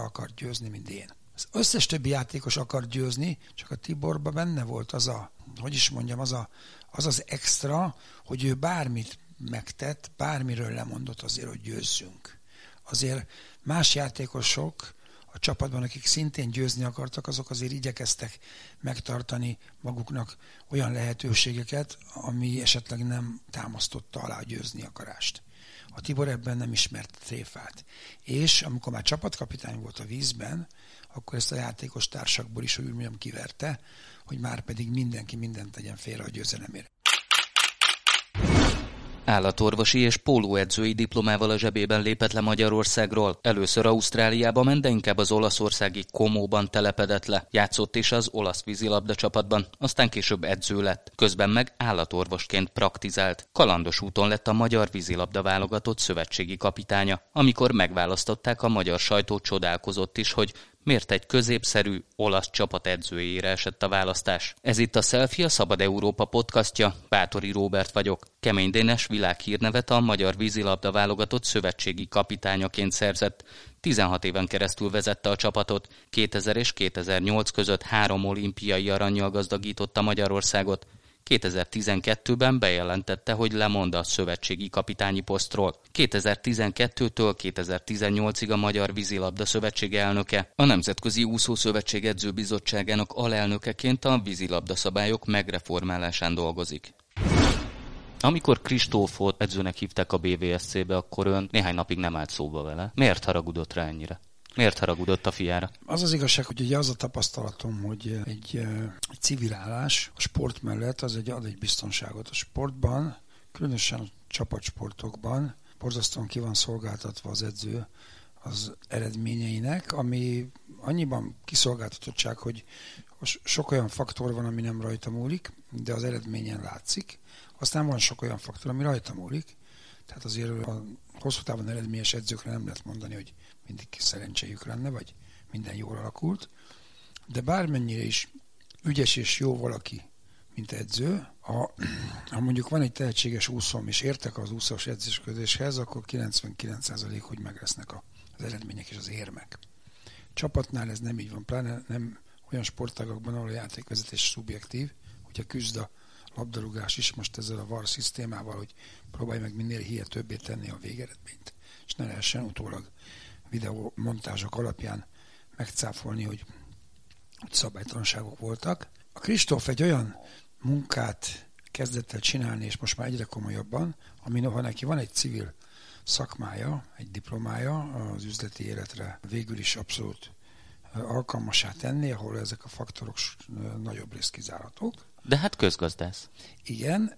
akart győzni, mint én. Az összes többi játékos akart győzni, csak a Tiborban benne volt az az extra, hogy ő bármit megtett, bármiről lemondott azért, hogy győzzünk. Azért más játékosok a csapatban, akik szintén győzni akartak, azok azért igyekeztek megtartani maguknak olyan lehetőségeket, ami esetleg nem támasztotta alá a győzni akarást. A Tibor ebben nem ismert tréfát. És amikor már csapatkapitány volt a vízben, akkor ezt a játékos társakból is, hogy úgy mondjam, kiverte, hogy már pedig mindenki mindent tegyen félre a győzelemért. Állatorvosi és pólóedzői diplomával a zsebében lépett le Magyarországról. Először Ausztráliába ment, de inkább az olaszországi Comóban telepedett le. Játszott is az olasz vízilabda csapatban, aztán később edző lett. Közben meg állatorvosként praktizált. Kalandos úton lett a magyar vízilabda válogatott szövetségi kapitánya. Amikor megválasztották, a magyar sajtó csodálkozott is, hogy miért egy középszerű olasz csapat edzőjére esett a választás. Ez itt a Selfie, a Szabad Európa podcastja. Báthori Róbert vagyok. Kemény Dénes világhírnevet a magyar vízilabda válogatott szövetségi kapitányaként szerzett. 16 éven keresztül vezette a csapatot. 2000 és 2008 között 3 olimpiai arannyal gazdagította Magyarországot. 2012-ben bejelentette, hogy lemond a szövetségi kapitányi posztról. 2012-től 2018-ig a Magyar Vízilabda Szövetség elnöke. A Nemzetközi Úszószövetség Edzőbizottságának alelnökeként a vízilabda szabályok megreformálásán dolgozik. Amikor Kristófot edzőnek hívták a BVSC-be, akkor ön néhány napig nem állt szóba vele. Miért haragudott rá ennyire? Miért haragudott a fiára? Az az igazság, hogy ugye az a tapasztalatom, hogy egy civil állás a sport mellett ad egy biztonságot. A sportban, különösen a csapatsportokban borzasztóan ki van szolgáltatva az edző az eredményeinek, ami annyiban kiszolgáltatottság, hogy sok olyan faktor van, ami nem rajta múlik, de az eredményen látszik. Aztán van sok olyan faktor, ami rajta múlik. Tehát azért a hosszú távon eredményes edzőkre nem lehet mondani, hogy mindig szerencséjük lenne, vagy minden jól alakult. De bármennyire is ügyes és jó valaki, mint edző, ha mondjuk van egy tehetséges úszóm, és értek az úszós edzésködéshez, akkor 99% hogy meg lesznek az eredmények és az érmek. Csapatnál ez nem így van, pláne nem olyan sportágakban, ahol a játékvezetés szubjektív, hogyha küzd a labdarúgás is most ezzel a VAR szisztémával, hogy próbálj meg minél többé tenni a végeredményt, és ne lehessen utólag videómontázsok alapján megcáfolni, hogy szabálytalanságok voltak. A Kristóf egy olyan munkát kezdett el csinálni, és most már egyre komolyabban, ami noha neki van egy civil szakmája, egy diplomája az üzleti életre végül is abszolút alkalmassá tenni, ahol ezek a faktorok nagyobb részt kizárhatók. De hát közgazdász. Igen,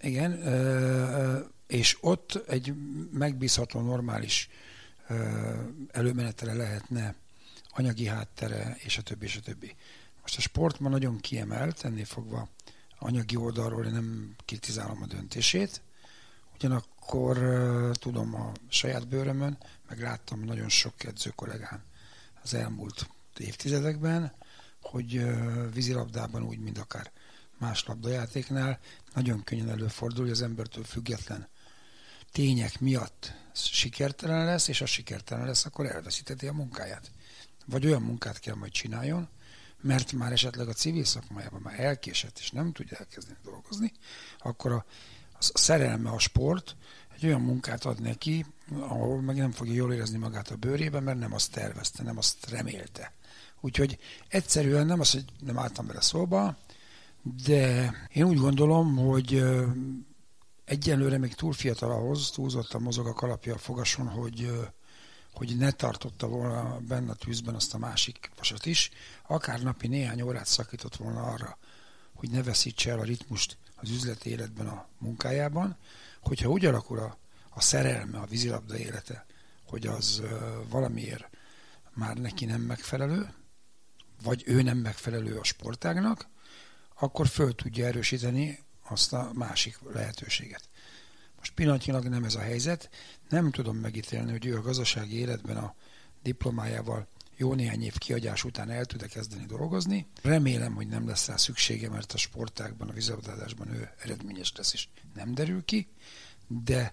és ott egy megbízható, normális előmenetele lehetne, anyagi háttere, és a többi, és a többi. Most a sport ma nagyon kiemelt, ennél fogva anyagi oldalról én nem kritizálom a döntését, ugyanakkor tudom a saját bőrömön, meg láttam nagyon sok edző kollégán az elmúlt évtizedekben, hogy vízilabdában úgy, mint akár más labdajátéknál nagyon könnyen előfordul, hogy az embertől független tények miatt sikertelen lesz, és ha sikertelen lesz, akkor elveszíteti a munkáját. Vagy olyan munkát kell majd csináljon, mert már esetleg a civil szakmájában már elkésett, és nem tudja elkezdeni dolgozni, akkor a szerelme a sport egy olyan munkát ad neki, ahol meg nem fogja jól érezni magát a bőrében, mert nem azt tervezte, nem azt remélte. Úgyhogy egyszerűen nem az, hogy nem álltam vele szóba, de én úgy gondolom, hogy egyenlőre még túl fiatal ahhoz, túlzottan mozog a kalapja a fogason, hogy ne tartotta volna benne a tűzben azt a másik vasat is, akár napi néhány órát szakított volna arra, hogy ne veszítse el a ritmust az üzleti életben, a munkájában, hogyha úgy alakul a szerelme, a vízilabda élete, hogy az valamiért már neki nem megfelelő, vagy ő nem megfelelő a sportágnak, akkor föl tudja erősíteni azt a másik lehetőséget. Most pillanatnyilag nem ez a helyzet, nem tudom megítélni, hogy ő a gazdasági életben a diplomájával jó néhány év kihagyás után el tud-e kezdeni dolgozni. Remélem, hogy nem lesz rá szüksége, mert a sportágban, a vízilabdázásban ő eredményes lesz, és nem derül ki, de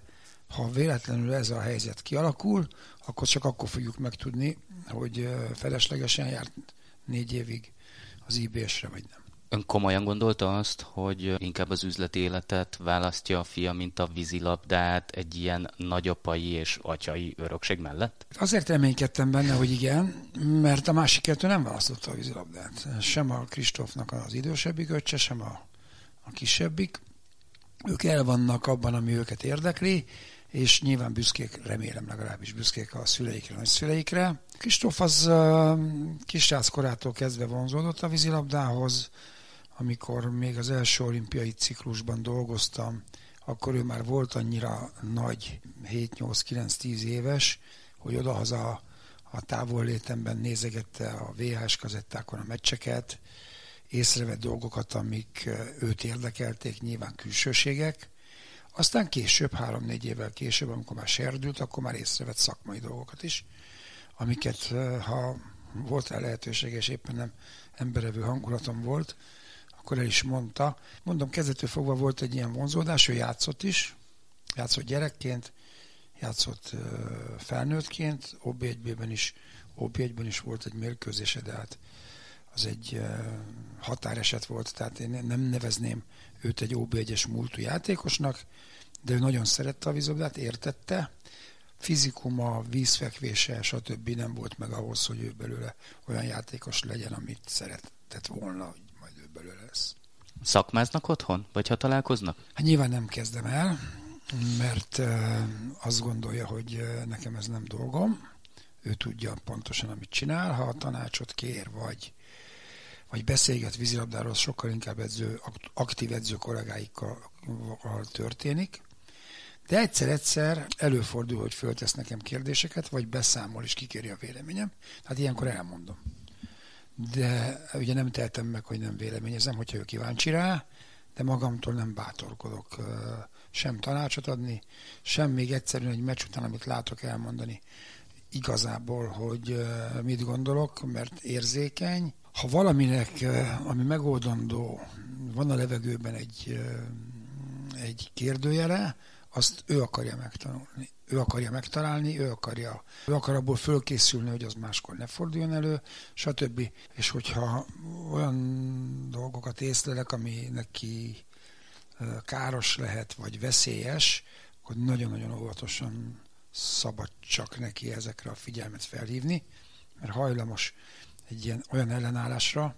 Ha véletlenül ez a helyzet kialakul, akkor csak akkor fogjuk megtudni, hogy feleslegesen járt 4 évig az IB-sre, vagy nem. Ön komolyan gondolta azt, hogy inkább az üzleti életet választja a fia, mint a vízilabdát egy ilyen nagyapai és atyai örökség mellett? Azért reménykedtem benne, hogy igen, mert a másik kettő nem választotta a vízilabdát. Sem a Kristófnak az idősebbik öccse, sem a kisebbik. Ők el vannak abban, ami őket érdekli, és nyilván büszkék, remélem legalábbis büszkék a szüleikre, nagyszüleikre. Kristóf az kisrác korától kezdve vonzódott a vízilabdához. Amikor még az első olimpiai ciklusban dolgoztam, akkor ő már volt annyira nagy, 7-8-9-10 éves, hogy odahaza a távollétemben nézegette a VHS kazettákon a meccseket, észrevett dolgokat, amik őt érdekelték, nyilván külsőségek. Aztán később, 3-4 évvel később, amikor már serdült, akkor már észrevett szakmai dolgokat is, amiket, ha volt rá lehetőség, és éppen nem emberevő hangulatom volt, akkor el is mondta. Mondom, kezdetől fogva volt egy ilyen vonzódás, ő játszott is, játszott gyerekként, játszott felnőttként, OB1-ben is volt egy mérkőzése, de hát az egy határeset volt, tehát én nem nevezném őt egy OB1-es múltú játékosnak, de ő nagyon szerette a vízilabdát, értette, fizikuma, vízfekvése, stb. Nem volt meg ahhoz, hogy ő belőle olyan játékos legyen, amit szeretett volna, hogy majd ő belőle lesz. Szakmáznak otthon? Vagy ha találkoznak? Hát nyilván nem kezdem el, mert azt gondolja, hogy nekem ez nem dolgom. Ő tudja pontosan, amit csinál. Ha a tanácsot kér, vagy beszélget vízilabdáról, sokkal inkább aktív edző kollégáikkal történik. De egyszer-egyszer előfordul, hogy föltesz nekem kérdéseket, vagy beszámol és kikéri a véleményem. Hát ilyenkor elmondom. De ugye nem tehetem meg, hogy nem véleményezem, hogyha ő kíváncsi rá, de magamtól nem bátorkodok sem tanácsot adni, sem még egyszerűen egy meccs után, amit látok, elmondani igazából, hogy mit gondolok, mert érzékeny. Ha valaminek, ami megoldandó, van a levegőben egy kérdőjele, azt ő akarja megtanulni. Ő akarja megtalálni, ő akar abból fölkészülni, hogy az máskor ne forduljon elő, stb. És hogyha olyan dolgokat észlelek, ami neki káros lehet, vagy veszélyes, akkor nagyon-nagyon óvatosan szabad csak neki ezekre a figyelmet felhívni, mert hajlamos egy olyan ellenállásra,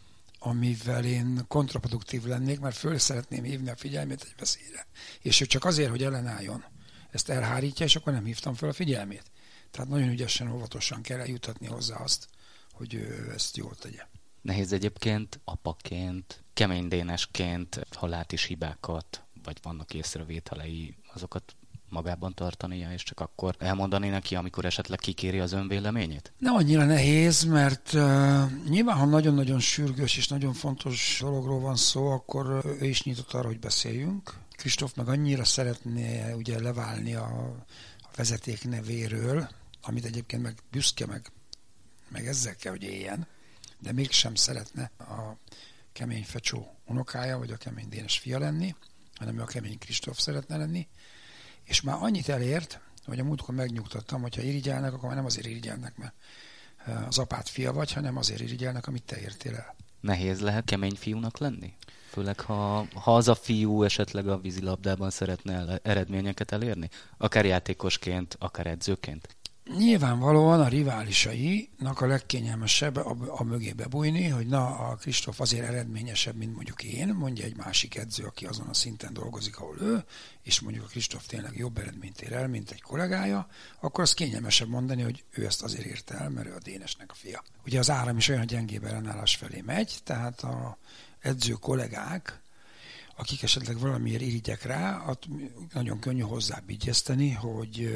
amivel én kontraproduktív lennék, mert föl szeretném hívni a figyelmét egy veszélyre. És ő csak azért, hogy ellenálljon, ezt elhárítja, és akkor nem hívtam fel a figyelmét. Tehát nagyon ügyesen, óvatosan kell eljutatni hozzá azt, hogy ő ezt jól tegye. Nehéz egyébként apaként, kemény dénesként, ha lát is hibákat, vagy vannak észrevételei, azokat magában tartania, és csak akkor elmondani neki, amikor esetleg kikéri az önvéleményét? Nem annyira nehéz, mert nyilván, ha nagyon-nagyon sürgős és nagyon fontos dologról van szó, akkor ő is nyitott arra, hogy beszéljünk. Kristóf meg annyira szeretné ugye leválni a vezeték nevéről, amit egyébként meg büszke, meg ezzel kell, hogy éljen, de mégsem szeretne a kemény Fecsó unokája, vagy a kemény Dénes fia lenni, hanem ő a kemény Kristóf szeretne lenni. És már annyit elért, hogy a múltkor megnyugtattam, hogyha irigyelnek, akkor már nem azért irigyelnek, mert az apád fia vagy, hanem azért irigyelnek, amit te értél el. Nehéz lehet kemény fiúnak lenni? Főleg, ha az a fiú esetleg a vízilabdában szeretne eredményeket elérni? Akár játékosként, akár edzőként? Nyilvánvalóan a riválisainak a legkényelmesebb a mögé bebújni, hogy na, a Kristóf azért eredményesebb, mint mondjuk én, mondja egy másik edző, aki azon a szinten dolgozik, ahol ő, és mondjuk a Kristóf tényleg jobb eredményt ér el, mint egy kollégája, akkor az kényelmesebb mondani, hogy ő ezt azért érte el, mert ő a Dénesnek a fia. Ugye az áram is olyan gyengébb ellenállás felé megy, tehát a edző kollégák, akik esetleg valamiért irigyek rá, nagyon könnyű hozzábigyezteni, hogy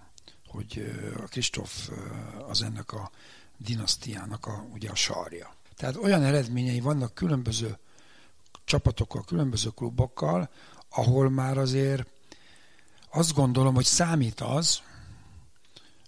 a Kristóf az ennek a dinasztiának ugye a sarja. Tehát olyan eredményei vannak különböző csapatokkal, különböző klubokkal, ahol már azért azt gondolom, hogy számít az,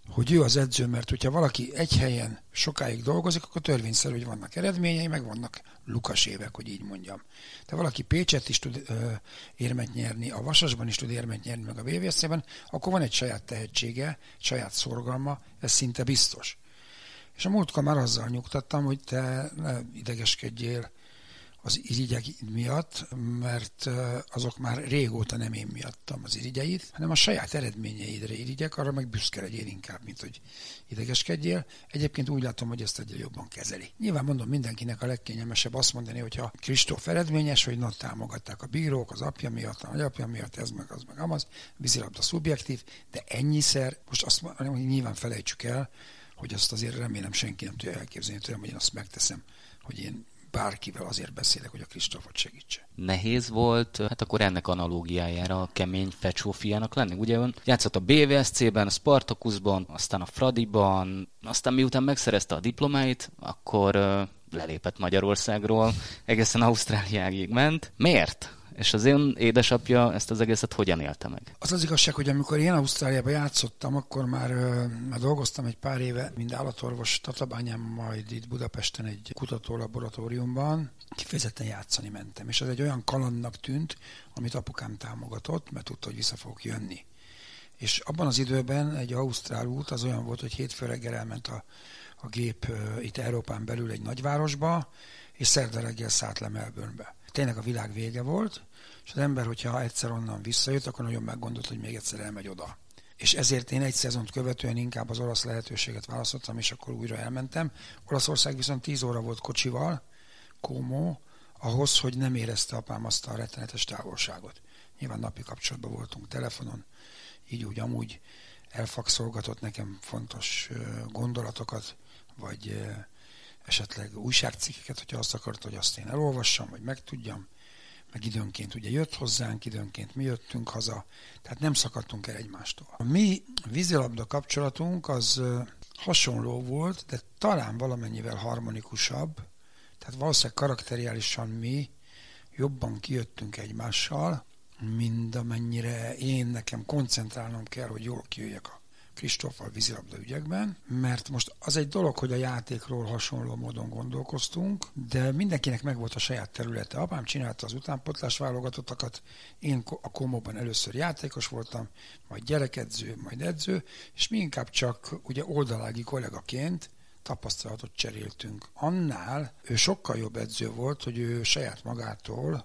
hogy ő az edző, mert hogyha valaki egy helyen sokáig dolgozik, akkor törvényszerű, hogy vannak eredményei, meg vannak lukasévek, hogy így mondjam. De valaki Pécset is tud érmet nyerni, a Vasasban is tud érmet nyerni, meg a VVSC-ben, akkor van egy saját tehetsége, saját szorgalma, ez szinte biztos. És a múltkor már azzal nyugtattam, hogy te ne idegeskedjél az irigyek miatt, mert azok már régóta nem én miattam az irigyeit, hanem a saját eredményeidre irigyek, arra meg büszke legyél inkább, mint hogy idegeskedjél. Egyébként úgy látom, hogy ezt egyre jobban kezeli. Nyilván mondom, mindenkinek a legkényelmesebb azt mondani, hogyha Kristóf eredményes, hogy na, támogatták a bírók az apja miatt, a nagyapja miatt, ez meg az meg amaz, vízilabda szubjektív, de ennyiszer, most azt mondom, hogy nyilván felejtsük el, hogy azt azért remélem senki nem tudja elképzelni tőlem, hogy én azt megteszem, hogy én bárkivel azért beszélek, hogy a Kristófot segítse. Nehéz volt, hát akkor ennek analógiájára a kemény fecsófiának lenni. Ugye ön játszott a BVSC-ben, a Spartacusban, aztán a Fradiban, aztán miután megszerezte a diplomáit, akkor lelépett Magyarországról, egészen Ausztráliáig ment. Miért? És az ön édesapja ezt az egészet hogyan élte meg? Az igazság, hogy amikor én Ausztráliában játszottam, akkor már dolgoztam egy pár éve, mint állatorvos Tatabányán, majd itt Budapesten egy kutatólaboratóriumban. Kifejezetten játszani mentem, és ez egy olyan kalandnak tűnt, amit apukám támogatott, mert tudta, hogy vissza fogok jönni. És abban az időben egy ausztrál út az olyan volt, hogy hétfő reggel elment a gép itt Európán belül egy nagyvárosba, és szerda reggel szállt le Melbournebe. Tényleg a világ vége volt, és az ember, hogyha egyszer onnan visszajött, akkor nagyon meggondolt, hogy még egyszer elmegy oda. És ezért én egy szezont követően inkább az olasz lehetőséget választottam, és akkor újra elmentem. Olaszország viszont 10 óra volt kocsival, Como, ahhoz, hogy nem érezte apám azt a rettenetes távolságot. Nyilván napi kapcsolatban voltunk telefonon, így úgy amúgy elfakszolgatott nekem fontos gondolatokat, vagy esetleg újságcikkeket, hogyha azt akarta, hogy azt én elolvassam, vagy megtudjam, meg időnként ugye jött hozzánk, időnként mi jöttünk haza, tehát nem szakadtunk el egymástól. A mi vízilabda kapcsolatunk az hasonló volt, de talán valamennyivel harmonikusabb, tehát valószínűleg karakteriálisan mi jobban kijöttünk egymással, mint amennyire nekem koncentrálnom kell, hogy jól kijöjjek a Kristóffal vízilabda ügyekben, mert most az egy dolog, hogy a játékról hasonló módon gondolkoztunk, de mindenkinek megvolt a saját területe. Apám csinálta az utánpótlás válogatottakat, én a Komóban először játékos voltam, majd gyerekedző, majd edző, és mi inkább csak ugye oldalági kollégaként tapasztalatot cseréltünk. Annál ő sokkal jobb edző volt, hogy ő saját magától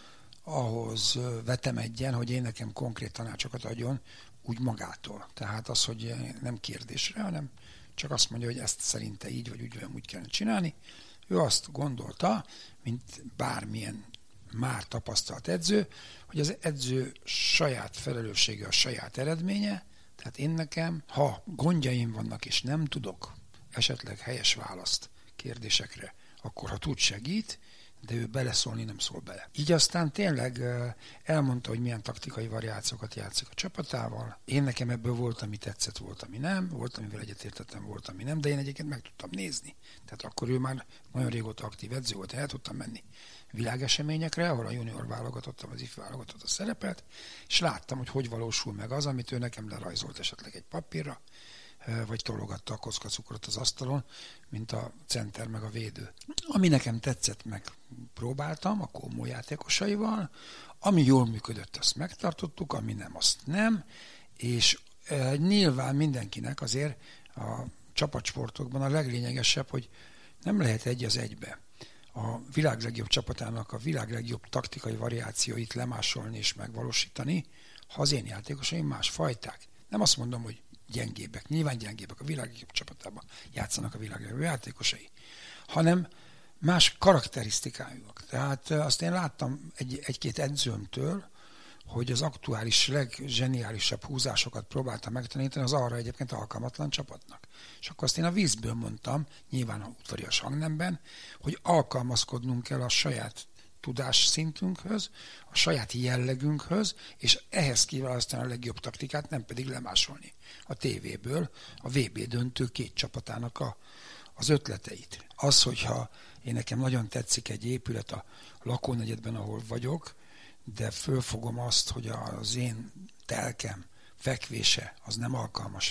ahhoz vetemedjen, hogy én nekem konkrét tanácsokat adjon, úgy magától. Tehát az, hogy nem kérdésre, hanem csak azt mondja, hogy ezt szerinte így, vagy úgy kellene csinálni. Ő azt gondolta, mint bármilyen már tapasztalt edző, hogy az edző saját felelőssége a saját eredménye, tehát én nekem, ha gondjaim vannak, és nem tudok esetleg helyes választ kérdésekre, akkor ha tud, segít, de ő beleszólni nem szól bele. Így aztán tényleg elmondta, hogy milyen taktikai variációkat játszik a csapatával. Én nekem ebből volt, ami tetszett, volt, ami nem, volt, amivel egyetértettem, volt, ami nem, de én egyébként meg tudtam nézni. Tehát akkor ő már nagyon régóta aktív edző volt, el tudtam menni világeseményekre, ahol a junior válogatottam, az ifi válogatott a szerepelt, és láttam, hogy valósul meg az, amit ő nekem lerajzolt esetleg egy papírra, vagy tologatta a kockacukrot az asztalon, mint a center meg a védő. Ami nekem tetszett, meg próbáltam a Como játékosaival, ami jól működött, azt megtartottuk, ami nem, azt nem, és nyilván mindenkinek azért a csapatsportokban a leglényegesebb, hogy nem lehet egy az egybe a világ legjobb csapatának a világ legjobb taktikai variációit lemásolni és megvalósítani, ha az én játékosaim más fajták. Nem azt mondom, hogy gyengébbek, nyilván gyengébbek, a világ legjobb csapatában játszanak a világ legjobb játékosai, hanem más karakterisztikájúak. Tehát azt én láttam egy-két edzőmtől, hogy az aktuális leggeniálisabb húzásokat próbálta megtanítani az arra egyébként alkalmatlan csapatnak. És akkor azt én a vízből mondtam, nyilván a udvarias hangnemben, hogy alkalmazkodnunk kell a saját tudásszintünkhöz, a saját jellegünkhöz, és ehhez kiválasztani a legjobb taktikát, nem pedig lemásolni a tévéből a VB döntő két csapatának az ötleteit. Az, hogyha nekem nagyon tetszik egy épület a lakónegyedben, ahol vagyok, de fölfogom azt, hogy az én telkem fekvése az nem alkalmas rá.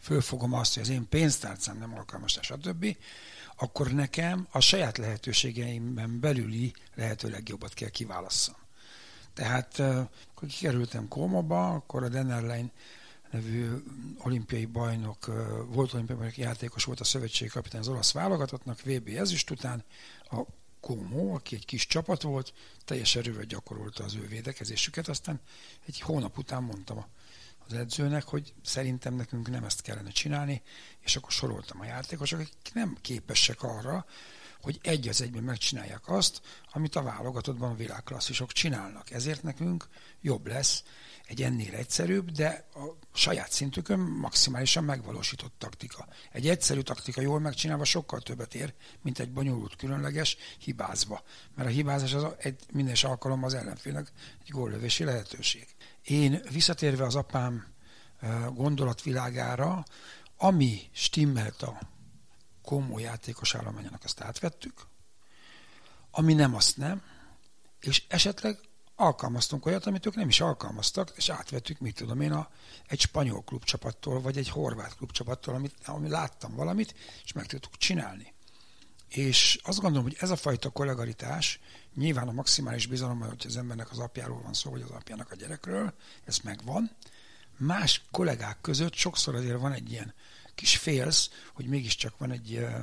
fölfogom azt, hogy az én pénztárcám nem alkalmas, stb., akkor nekem a saját lehetőségeimben belüli lehető legjobbat kell kiválasszam. Tehát, akkor kikerültem Kómóba, akkor a Dennerlein nevű olimpiai bajnok, volt olimpiai bajnok játékos, volt a szövetségi kapitány az olasz válogatottnak, VB ezüst után, a Como, aki egy kis csapat volt, teljes erővel gyakorolta az ő védekezésüket, aztán egy hónap után mondtam az edzőnek, hogy szerintem nekünk nem ezt kellene csinálni, és akkor soroltam a játékosok, akik nem képesek arra, hogy egy az egyben megcsinálják azt, amit a válogatottban a világklasszisok csinálnak. Ezért nekünk jobb lesz egy ennél egyszerűbb, de a saját szintükön maximálisan megvalósított taktika. Egy egyszerű taktika jól megcsinálva sokkal többet ér, mint egy bonyolult, különleges hibázva. Mert a hibázás az minden alkalommal az ellenfélnek egy góllövési lehetőség. Én visszatérve az apám gondolatvilágára, ami stimmelt a Como játékos állományának, azt átvettük, ami nem, azt nem, és esetleg alkalmaztunk olyat, amit ők nem is alkalmaztak, és átvettük, mit tudom én, egy spanyol klubcsapattól, vagy egy horvát klubcsapattól, ami láttam valamit, és meg tudtuk csinálni. És azt gondolom, hogy ez a fajta kollegaritás, nyilván a maximális bizalom, hogy az embernek az apjáról van szó, vagy az apjának a gyerekről, ez megvan. Más kollégák között sokszor azért van egy ilyen kis félsz, hogy mégiscsak van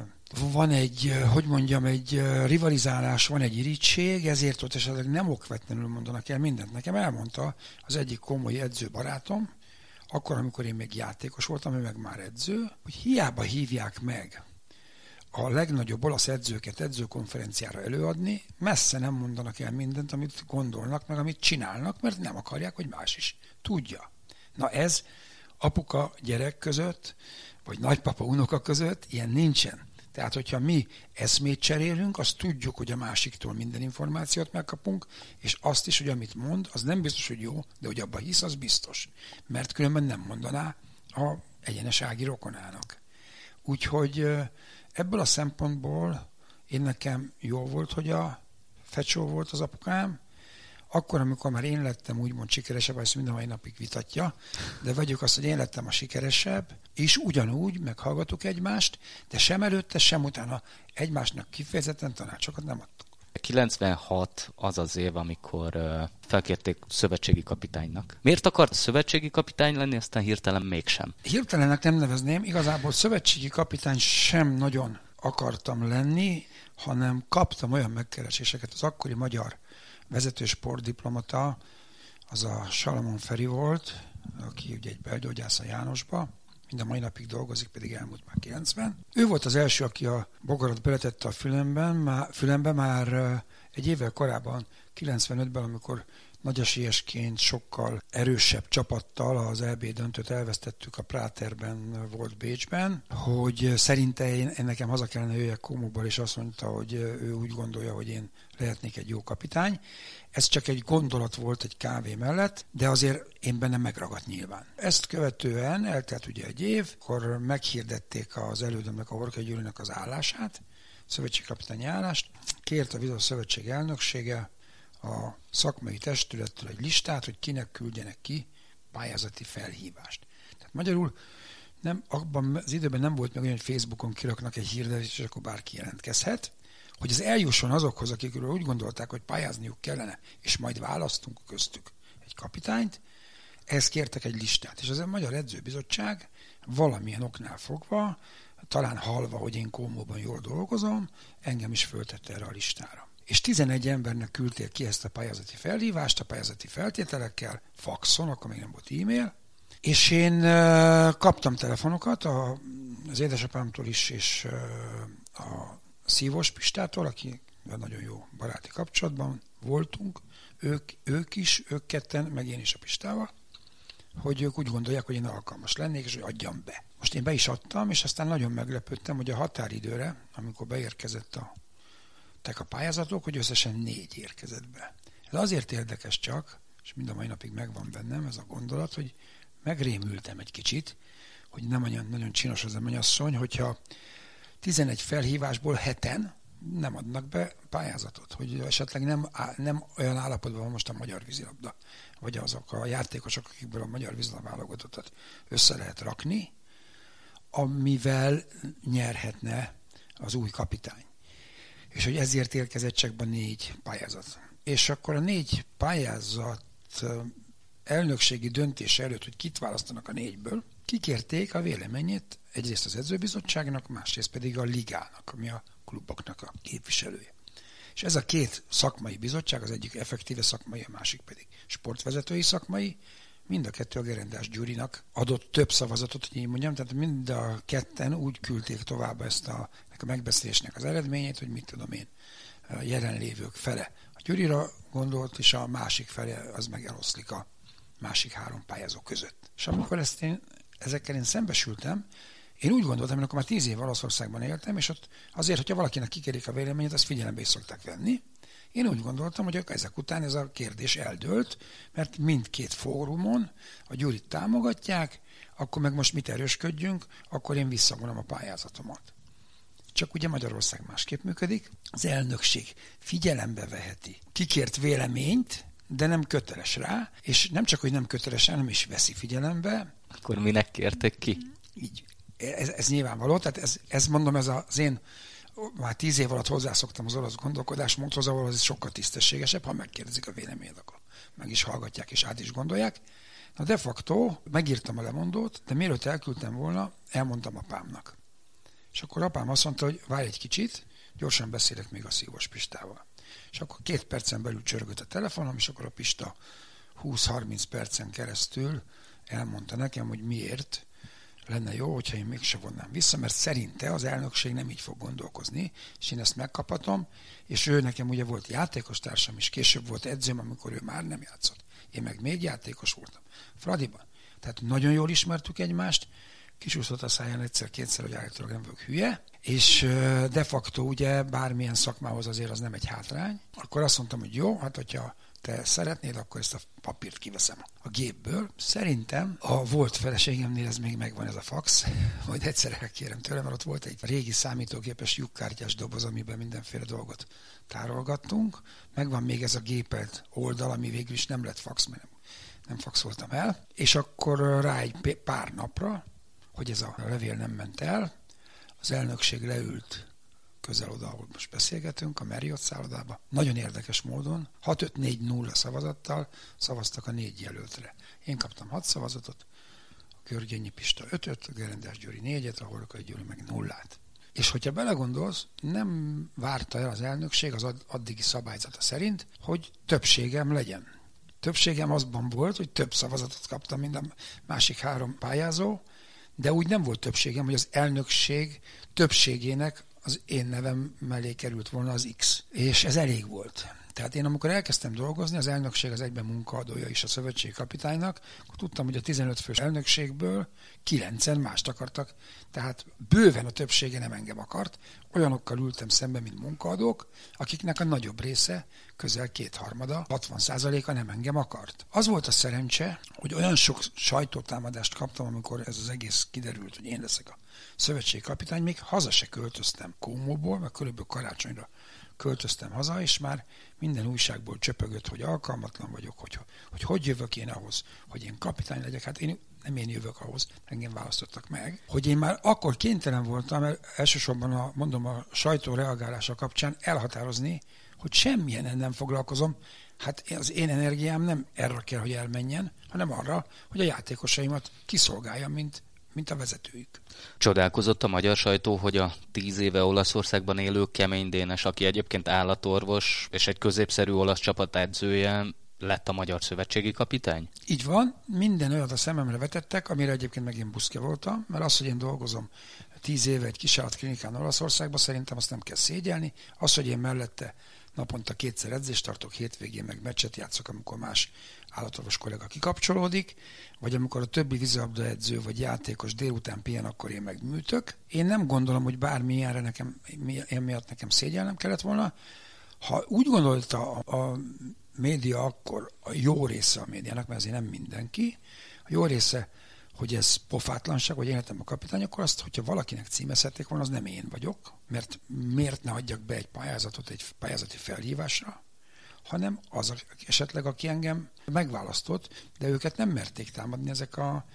egy rivalizálás, van egy irigység, ezért ott esetleg nem okvetlenül mondanak el mindent. Nekem elmondta az egyik komoly edzőbarátom, akkor, amikor én még játékos voltam, ő meg már edző, hogy hiába hívják meg a legnagyobb olasz edzőket edzőkonferenciára előadni, messze nem mondanak el mindent, amit gondolnak, meg amit csinálnak, mert nem akarják, hogy más is tudja. Na ez apuka gyerek között, vagy nagypapa unoka között ilyen nincsen. Tehát, hogyha mi eszmét cserélünk, azt tudjuk, hogy a másiktól minden információt megkapunk, és azt is, hogy amit mond, az nem biztos, hogy jó, de hogy abba hisz, az biztos. Mert különben nem mondaná a egyenesági rokonának. Úgyhogy ebből a szempontból én nekem jó volt, hogy a Fecsó volt az apukám. Akkor, amikor már én lettem úgymond sikeresebb, ezt minden mai napig vitatja, de vegyük azt, hogy én lettem a sikeresebb, és ugyanúgy meghallgatuk egymást, de sem előtte, sem utána egymásnak kifejezetten tanácsokat nem adtuk. 96 az az év, amikor felkérték szövetségi kapitánynak. Miért akart szövetségi kapitány lenni, aztán hirtelen mégsem? Hirtelennek nem nevezném, igazából szövetségi kapitány sem nagyon akartam lenni, hanem kaptam olyan megkereséseket, az akkori magyar vezető sportdiplomata, az a Salamon Feri volt, aki ugye egy belgyógyász a Jánosba, mind a mai napig dolgozik, pedig elmúlt már 90. Ő volt az első, aki a bogarat beletette a fülembe már egy évvel korábban, 95-ben, amikor nagy esélyesként sokkal erősebb csapattal az EB döntőt elvesztettük, a Práterben volt Bécsben, hogy szerinte én nekem haza kellene jöjjek Komóból, és azt mondta, hogy ő úgy gondolja, hogy én lehetnék egy jó kapitány. Ez csak egy gondolat volt egy kávé mellett, de azért én bennem megragadt nyilván. Ezt követően eltelt ugye egy év, akkor meghirdették az elődömnek, a Horkai Gyurinak az állását, szövetségkapitányi állást, kért a Vizsla Szövetség elnöksége a szakmai testülettől egy listát, hogy kinek küldjenek ki pályázati felhívást. Tehát magyarul abban az időben nem volt meg olyan, hogy Facebookon kiraknak egy hirdetést, és akkor bárki jelentkezhet, hogy ez eljusson azokhoz, akikről úgy gondolták, hogy pályázniuk kellene, és majd választunk köztük egy kapitányt, ehhez kértek egy listát. És az a Magyar Edzőbizottság valamilyen oknál fogva, talán halva, hogy én Komóban jól dolgozom, engem is föltette erre a listára. És 11 embernek küldték ki ezt a pályázati felhívást, a pályázati feltételekkel, faxon, akkor még nem volt e-mail, és én kaptam telefonokat az édesapámtól is, és a Szívós Pistától, aki nagyon jó baráti kapcsolatban voltunk, ők ketten, meg én is a Pistával, hogy ők úgy gondolják, hogy én alkalmas lennék, és hogy adjam be. Most én be is adtam, és aztán nagyon meglepődtem, hogy a határidőre, amikor beérkezett a pályázatok, hogy összesen 4 érkezett be. Ez azért érdekes csak, és mind a mai napig megvan bennem ez a gondolat, hogy megrémültem egy kicsit, hogy nem olyan nagyon csinos az a mennyasszony, hogyha 11 felhívásból 7-en nem adnak be pályázatot, hogy esetleg nem olyan állapotban van most a magyar vízilabda, vagy azok a játékosok, akikből a magyar vízilabda válogatottat össze lehet rakni, amivel nyerhetne az új kapitány. És hogy ezért érkezett csak 4 pályázat. És akkor a 4 pályázat elnökségi döntése előtt, hogy kit választanak a 4-ből, kikérték a véleményét egyrészt az edzőbizottságnak, másrészt pedig a ligának, ami a kluboknak a képviselője. És ez a 2 szakmai bizottság, az egyik effektíve szakmai, a másik pedig sportvezetői szakmai, mind a 2 a Gerendás Gyurinak adott több szavazatot, hogy így mondjam, tehát mind a 2 úgy küldték tovább ezt a megbeszélésnek az eredményét, hogy mit tudom én, a jelenlévők fele a Gyurira gondolt, és a másik fele az meg eloszlik a másik 3 pályázó között. És amikor ezekkel én szembesültem, én úgy gondoltam, hogy akkor már 10 év Olaszországban éltem, és ott azért, hogyha valakinek kikérik a véleményét, azt figyelembe is szokták venni. Én úgy gondoltam, hogy ezek után ez a kérdés eldőlt, mert mindkét fórumon a Gyurit támogatják, akkor meg most mit erősködjünk, akkor én visszavonom a pályázatomat. Csak ugye Magyarország másképp működik, az elnökség figyelembe veheti kikért véleményt, de nem köteles rá, és nem csak, hogy nem köteles rá, nem is veszi figyelembe. Akkor minek kértek ki? Így. Ez nyilvánvaló, tehát ez mondom, ez az én már 10 év alatt hozzászoktam az olasz gondolkodásmódhoz, ahol ez sokkal tisztességesebb, ha megkérdezik a véleményét, akkor meg is hallgatják és át is gondolják. Na de facto megírtam a lemondót, de mielőtt elküldtem volna, elmondtam apámnak. És akkor apám azt mondta, hogy várj egy kicsit, gyorsan beszélek még a Szívós Pistával. És akkor 2 percen belül csörgött a telefonom, és akkor a Pista 20-30 percen keresztül elmondta nekem, hogy miért lenne jó, hogyha én mégse vonnám vissza, mert szerinte az elnökség nem így fog gondolkozni, és én ezt megkaphatom, és ő nekem ugye volt játékos társam, és később volt edzőm, amikor ő már nem játszott. Én meg még játékos voltam. Fradiban. Tehát nagyon jól ismertük egymást, kisúszott a száján egyszer-kétszer, hogy állítólag nem vagyok hülye, és de facto ugye bármilyen szakmához azért az nem egy hátrány. Akkor azt mondtam, hogy jó, hát hogyha te szeretnéd, akkor ezt a papírt kiveszem a gépből. Szerintem a volt feleségemnél ez még megvan, ez a fax, majd egyszer elkérem tőle, mert ott volt egy régi számítógépes lyukkártyás doboz, amiben mindenféle dolgot tárolgattunk. Megvan még ez a gépelt oldal, ami végül is nem lett fax, mert nem faxoltam el. És akkor rá egy pár napra, hogy ez a levél nem ment el, az elnökség leült közel oda, ahol most beszélgetünk, a Marriott szállodába. Nagyon érdekes módon 6-5-4-0 szavazattal szavaztak a 4 jelöltre. Én kaptam 6 szavazatot, a Görgényi Pista 5-öt, a Gerendás Gyuri 4-et, a Horkai Gyuri meg 0-át. És hogyha belegondolsz, nem várta el az elnökség az addigi szabályzata szerint, hogy többségem legyen. Többségem azban volt, hogy több szavazatot kaptam, mint a másik 3 pályázó, de úgy nem volt többségem, hogy az elnökség többségének az én nevem mellé került volna az X. És ez elég volt. Tehát én amikor elkezdtem dolgozni, az elnökség az egyben munkaadója is a szövetségi kapitánynak, akkor tudtam, hogy a 15 fős elnökségből 9-en mást akartak, tehát bőven a többsége nem engem akart. Olyanokkal ültem szembe, mint munkaadók, akiknek a nagyobb része, közel 2/3, 60%-a nem engem akart. Az volt a szerencse, hogy olyan sok sajtótámadást kaptam, amikor ez az egész kiderült, hogy én leszek a szövetségi kapitány, még haza se költöztem Kómóból, mert körülbelül karácsonyra költöztem haza, és már minden újságból csöpögött, hogy alkalmatlan vagyok, hogy jövök én ahhoz, hogy én kapitány legyek. Hát nem én jövök ahhoz, engem választottak meg. Hogy én már akkor kénytelen voltam, mert elsősorban a sajtó reagálása kapcsán elhatározni, hogy semmilyen nem foglalkozom. Hát az én energiám nem erre kell, hogy elmenjen, hanem arra, hogy a játékosaimat kiszolgáljam, mint a vezetőjük. Csodálkozott a magyar sajtó, hogy a 10 éve Olaszországban élő Kemény Dénes, aki egyébként állatorvos és egy középszerű olasz csapat edzője, lett a magyar szövetségi kapitány? Így van, minden olyat a szememre vetettek, amire egyébként meg én buszke voltam, mert az, hogy én dolgozom 10 éve egy kisállatklinikán Olaszországban, szerintem azt nem kell szégyelni. Az, hogy én mellette naponta 2-szer edzést tartok, hétvégén meg meccset játszok, amikor más állatorvos kollega kikapcsolódik, vagy amikor a többi vízilabda edző vagy játékos délután pihen, akkor én megműtök. Én nem gondolom, hogy bármilyenre miatt nekem szégyellnem kellett volna. Ha úgy gondolta a média, akkor a jó része a médiának, mert azért nem mindenki, a jó része, hogy ez pofátlanság, hogy én lettem a kapitány, akkor azt, hogyha valakinek címezhették volna, az nem én vagyok, mert miért ne adjak be egy pályázatot egy pályázati felhívásra, hanem az esetleg, aki engem megválasztott, de őket nem merték támadni ezek a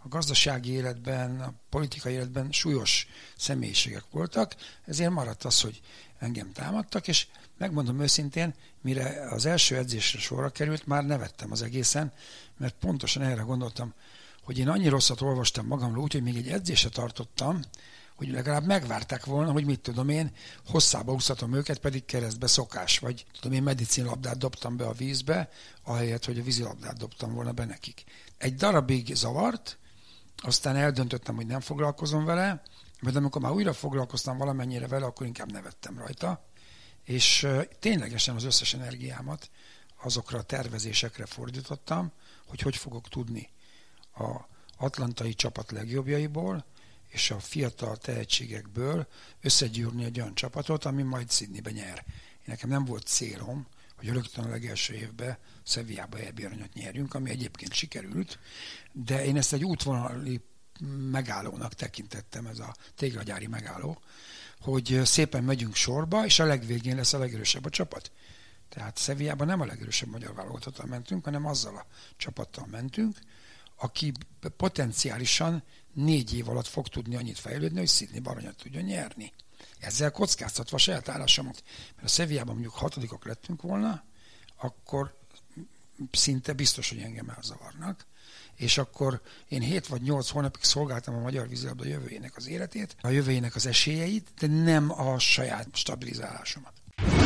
a gazdasági életben, a politikai életben súlyos személyiségek voltak, ezért maradt az, hogy engem támadtak, és megmondom őszintén, mire az első edzésre sorra került, már nevettem az egészen, mert pontosan erre gondoltam, hogy én annyi rosszat olvastam magamról úgy, hogy még egy edzésre tartottam, hogy legalább megvárták volna, hogy mit tudom én, hosszába úszhatom őket, pedig keresztbe szokás, vagy tudom én, medicinlabdát dobtam be a vízbe, ahelyett, hogy a vízilabdát dobtam volna be nekik. Egy darabig zavart, aztán eldöntöttem, hogy nem foglalkozom vele, mert amikor már újra foglalkoztam valamennyire vele, akkor inkább nevettem rajta, és ténylegesen az összes energiámat azokra a tervezésekre fordítottam, hogy fogok tudni a atlantai csapat legjobbjaiból, és a fiatal tehetségekből összegyűrni egy olyan csapatot, ami majd Sydneybe nyer. Nekem nem volt célom, hogy rögtön a legelső évben Sevillába EB-aranyat nyerjünk, ami egyébként sikerült, de én ezt egy útvonali megállónak tekintettem, ez a téglagyári megálló, hogy szépen megyünk sorba, és a legvégén lesz a legerősebb a csapat. Tehát Sevillában nem a legerősebb magyar válogatottal mentünk, hanem azzal a csapattal mentünk, aki potenciálisan 4 év alatt fog tudni annyit fejlődni, hogy Sydneybe aranyat tudjon nyerni. Ezzel kockáztatva a saját állásomat. Mert a Sevillában mondjuk 6-ok lettünk volna, akkor szinte biztos, hogy engem elzavarnak. És akkor én 7 vagy 8 hónapig szolgáltam a magyar vízilabda jövőjének az életét, a jövőjének az esélyeit, de nem a saját stabilizálásomat.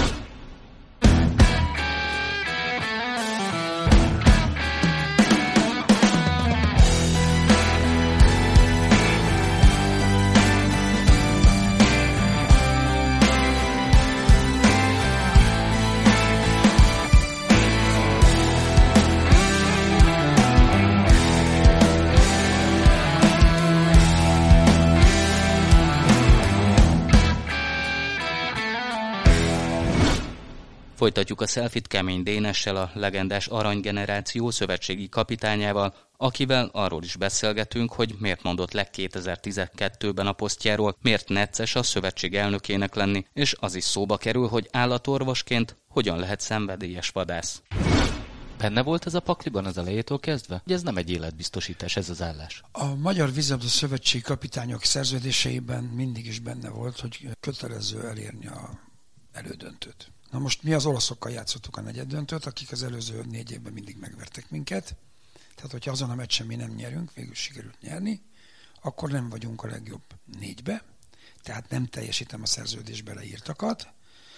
Folytatjuk a selfit Kemény Dénessel, a legendás aranygeneráció szövetségi kapitányával, akivel arról is beszélgetünk, hogy miért mondott le 2012-ben a posztjáról, miért necces a szövetség elnökének lenni, és az is szóba kerül, hogy állatorvosként hogyan lehet szenvedélyes vadász. Benne volt ez a pakliban az elejétől kezdve? Ugye ez nem egy életbiztosítás, ez az állás. A Magyar Vízilabda Szövetség kapitányok szerződéseiben mindig is benne volt, hogy kötelező elérni a elődöntőt. Na most mi az olaszokkal játszottuk a negyeddöntőt, akik az előző 4 évben mindig megvertek minket. Tehát, hogyha azon a meccsen mi nem nyerünk, végül sikerült nyerni, akkor nem vagyunk a legjobb 4-be, tehát nem teljesítem a szerződésbe leírtakat,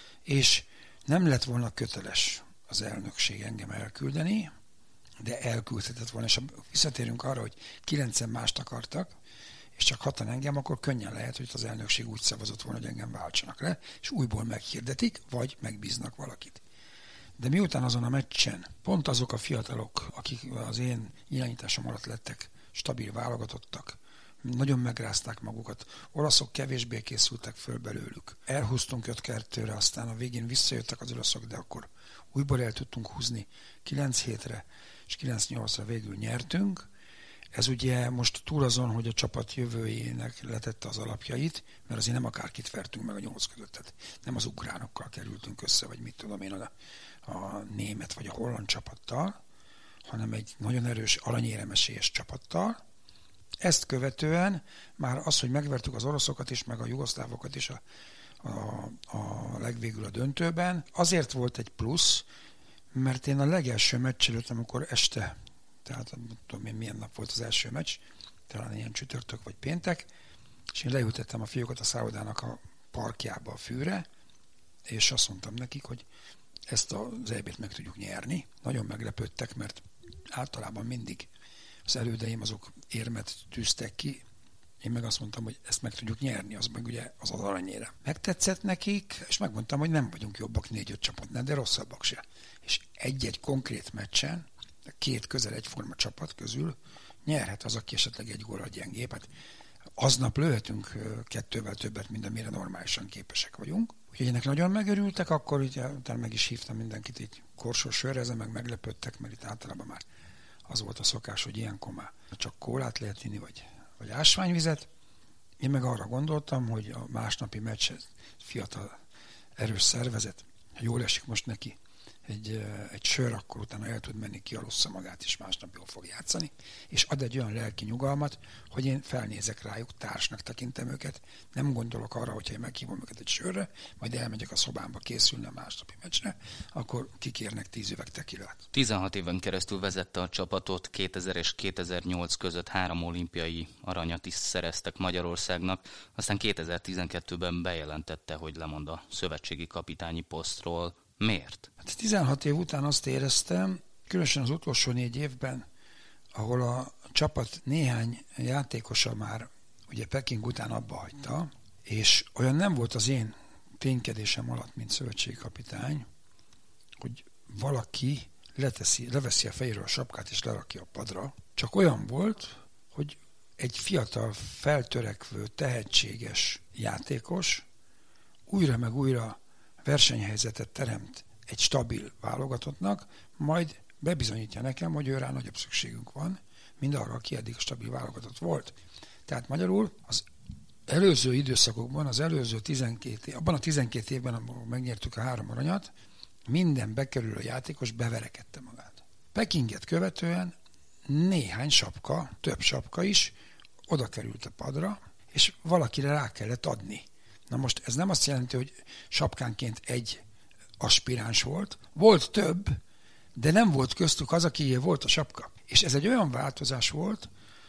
és nem lett volna köteles az elnökség engem elküldeni, de elküldhetett volna, és ha visszatérünk arra, hogy 9-en mást akartak, és csak 6-an engem, akkor könnyen lehet, hogy az elnökség úgy szavazott volna, hogy engem váltsanak le, és újból meghirdetik, vagy megbíznak valakit. De miután azon a meccsen pont azok a fiatalok, akik az én irányításom alatt lettek stabil válogatottak, nagyon megrázták magukat, olaszok kevésbé készültek föl belőlük. Elhúztunk 5-2-re, aztán a végén visszajöttek az olaszok, de akkor újból el tudtunk húzni 9-7-re, és 9-8-ra végül nyertünk. Ez ugye most túl azon, hogy a csapat jövőjének letette az alapjait, mert azért nem akárkit vertünk meg a 8 között, tehát nem az ukránokkal kerültünk össze, vagy mit tudom én, a német vagy a holland csapattal, hanem egy nagyon erős, aranyéremesélyes csapattal. Ezt követően már az, hogy megvertük az oroszokat is, meg a jugoszlávokat is a legvégül a döntőben, azért volt egy plusz, mert én a legelső meccs előtt, amikor este, tehát nem tudom én milyen nap volt az első meccs, talán ilyen csütörtök vagy péntek, és én leültettem a fiúkat a szállodának a parkjába a fűre, és azt mondtam nekik, hogy ezt az EB-t meg tudjuk nyerni. Nagyon meglepődtek, mert általában mindig az elődeim azok érmet tűztek ki, én meg azt mondtam, hogy ezt meg tudjuk nyerni, az meg ugye az aranyére. Megtetszett nekik, és megmondtam, hogy nem vagyunk jobbak 4-5 csapatnál, de rosszabbak se. És egy-egy konkrét meccsen, 2 közel egyforma csapat közül nyerhet az, aki esetleg egy góllal gyengébb. Hát aznap lőhetünk 2-vel többet, mint amire normálisan képesek vagyunk. Úgyhogy ennek nagyon megörültek, akkor ugye, utána meg is hívtam mindenkit így korsó sörre, ezen meg meglepődtek, mert itt általában már az volt a szokás, hogy ilyenkor már csak kólát lehet inni, vagy ásványvizet. Én meg arra gondoltam, hogy a másnapi meccs fiatal, erős szervezet, jól esik most neki egy sör, akkor utána el tud menni, kialussza magát, és másnap jól fog játszani, és ad egy olyan lelki nyugalmat, hogy én felnézek rájuk, társnak tekintem őket, nem gondolok arra, hogyha én meghívom őket egy sörre, majd elmegyek a szobámba készülni a másnapi meccsre, akkor kikérnek 10 üveg tekilát. 16 éven keresztül vezette a csapatot, 2000 és 2008 között 3 olimpiai aranyat is szereztek Magyarországnak, aztán 2012-ben bejelentette, hogy lemond a szövetségi kapitányi posztról. Miért? 16 év után azt éreztem, különösen az utolsó 4 évben, ahol a csapat néhány játékosa már ugye Peking után abba hagyta, és olyan nem volt az én ténykedésem alatt, mint szövetségi kapitány, hogy valaki leveszi a fejéről a sapkát és lerakja a padra. Csak olyan volt, hogy egy fiatal, feltörekvő, tehetséges játékos újra meg újra versenyhelyzetet teremt egy stabil válogatottnak, majd bebizonyítja nekem, hogy őrá nagyobb szükségünk van, mint arra, aki eddig stabil válogatott volt. Tehát magyarul az előző időszakokban, az előző 12 abban a 12 évben, amikor megnyertük a 3 aranyat, minden bekerülő játékos beverekedte magát. Pekinget követően néhány sapka, több sapka is oda került a padra, és valakire rá kellett adni. Na most ez nem azt jelenti, hogy sapkánként egy aspiráns volt. Volt több, de nem volt köztük az, akié volt a sapka. És ez egy olyan változás volt,